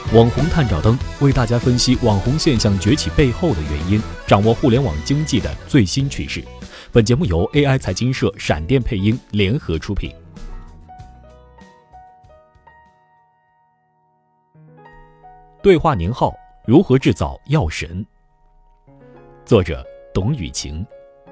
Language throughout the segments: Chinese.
网红探照灯为大家分析网红现象崛起背后的原因，掌握互联网经济的最新趋势。本节目由 AI 财经社、闪电配音联合出品。对话宁浩，如何制造药神？作者董雨晴。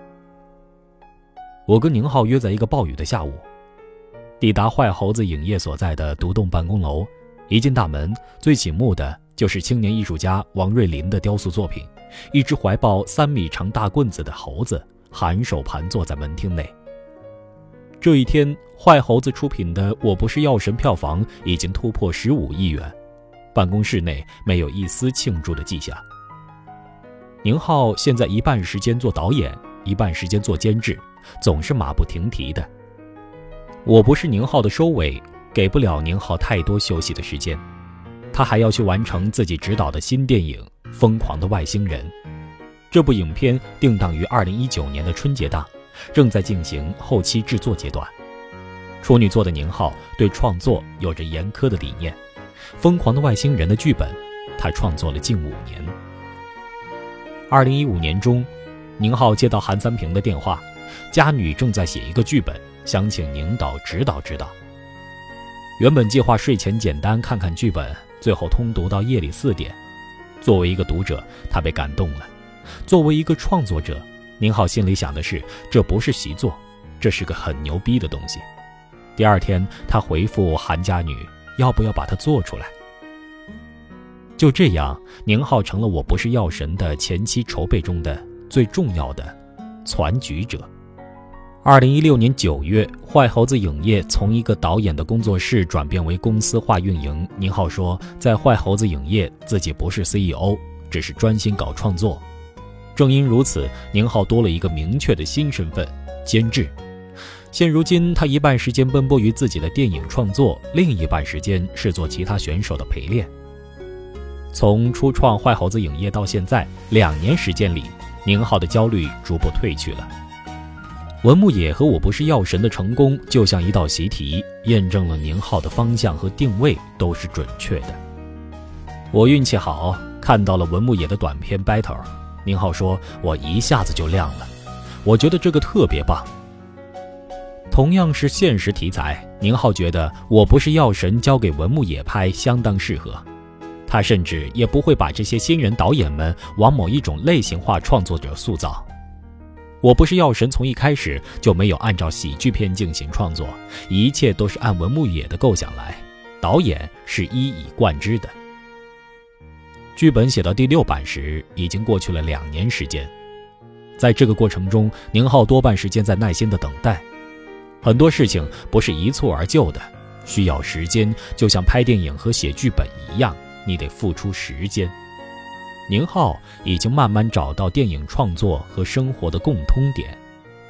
我跟宁浩约在一个暴雨的下午，抵达坏猴子影业所在的独栋办公楼。一进大门，最醒目的就是青年艺术家王瑞林的雕塑作品，一只怀抱3米长大棍子的猴子含首盘坐在门厅内。这一天，坏猴子出品的《我不是药神》票房已经突破15亿元，办公室内没有一丝庆祝的迹象。宁浩现在一半时间做导演，一半时间做监制，总是马不停蹄的。我不是宁浩的收尾，给不了宁浩太多休息的时间，他还要去完成自己执导的新电影《疯狂的外星人》。这部影片定档于2019年的春节档，正在进行后期制作阶段。处女座的宁浩对创作有着严苛的理念，《疯狂的外星人》的剧本他创作了近5年。2015年中，宁浩接到韩三平的电话，家女正在写一个剧本，想请宁导指导。原本计划睡前简单看看剧本，最后通读到夜里4点。作为一个读者，他被感动了；作为一个创作者，宁浩心里想的是，这不是习作，这是个很牛逼的东西。第二天，他回复韩家女，要不要把它做出来。就这样，宁浩成了《我不是药神》的前期筹备中的最重要的攒局者。2016年9月，坏猴子影业从一个导演的工作室转变为公司化运营。宁浩说，在坏猴子影业自己不是 CEO， 只是专心搞创作。正因如此，宁浩多了一个明确的新身份——监制。现如今，他一半时间奔波于自己的电影创作，另一半时间是做其他选手的陪练。从初创坏猴子影业到现在2年时间里，宁浩的焦虑逐步褪去了。文牧野和我不是药神的成功就像一道习题，验证了宁浩的方向和定位都是准确的。我运气好，看到了文牧野的短片 Battle， 宁浩说我一下子就亮了，我觉得这个特别棒。同样是现实题材，宁浩觉得我不是药神交给文牧野拍相当适合，他甚至也不会把这些新人导演们往某一种类型化创作者塑造。我不是药神从一开始就没有按照喜剧片进行创作，一切都是按文牧野的构想来，导演是一以贯之的。剧本写到第6版时，已经过去了2年时间。在这个过程中，宁浩多半时间在耐心的等待。很多事情不是一蹴而就的，需要时间，就像拍电影和写剧本一样，你得付出时间。宁浩已经慢慢找到电影创作和生活的共通点。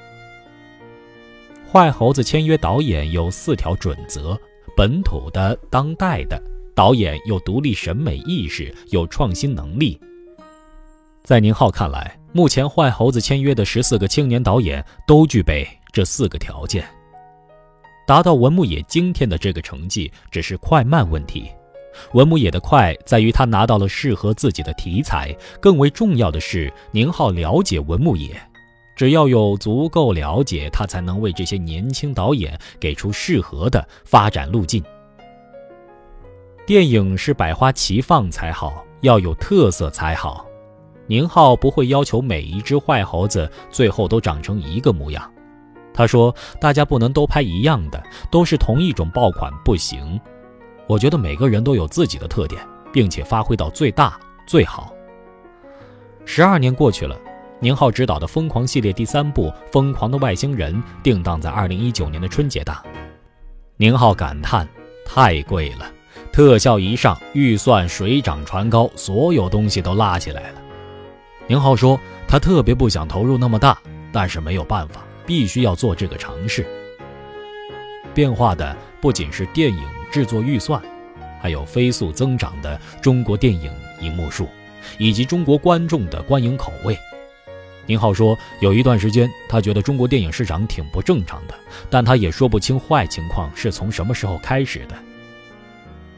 坏猴子签约导演有4条准则：本土的、当代的，导演有独立审美意识，有创新能力。在宁浩看来，目前坏猴子签约的14个青年导演都具备这4个条件。达到文牧野今天的这个成绩，只是快慢问题。文牧野的快在于他拿到了适合自己的题材，更为重要的是宁浩了解文牧野，只要有足够了解，他才能为这些年轻导演给出适合的发展路径。电影是百花齐放才好，要有特色才好。宁浩不会要求每一只坏猴子最后都长成一个模样，他说大家不能都拍一样的，都是同一种爆款不行。我觉得每个人都有自己的特点，并且发挥到最大最好。12年过去了，宁浩执导的疯狂系列第3部《疯狂的外星人》定档在2019年的春节档。宁浩感叹，太贵了，特效一上，预算水涨船高，所有东西都拉起来了。宁浩说，他特别不想投入那么大，但是没有办法，必须要做这个尝试。变化的不仅是电影制作预算，还有飞速增长的中国电影银幕数，以及中国观众的观影口味。宁浩说，有一段时间他觉得中国电影市场挺不正常的，但他也说不清坏情况是从什么时候开始的。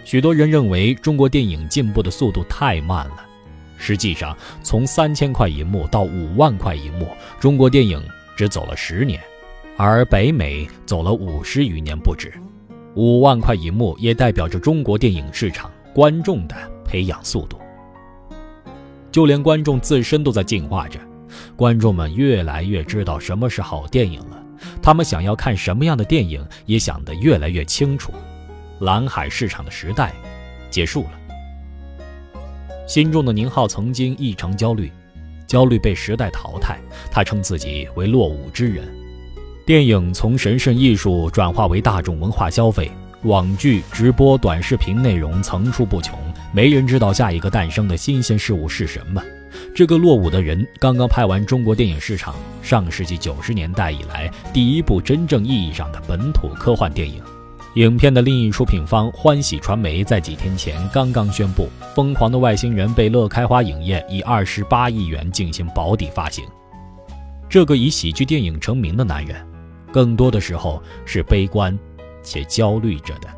许多人认为中国电影进步的速度太慢了，实际上从3000块银幕到5万块银幕，中国电影只走了10年，而北美走了50余年不止。5万块银幕也代表着中国电影市场观众的培养速度。就连观众自身都在进化着，观众们越来越知道什么是好电影了，他们想要看什么样的电影也想得越来越清楚。蓝海市场的时代结束了。心中的宁浩曾经异常焦虑，焦虑被时代淘汰，他称自己为落伍之人。电影从神圣艺术转化为大众文化消费，网剧、直播、短视频内容层出不穷，没人知道下一个诞生的新鲜事物是什么。这个落伍的人刚刚拍完中国电影市场上世纪90年代以来第一部真正意义上的本土科幻电影。影片的另一出品方欢喜传媒在几天前刚刚宣布，《疯狂的外星人》被乐开花影业以28亿元进行保底发行。这个以喜剧电影成名的男人，更多的时候是悲观且焦虑着的。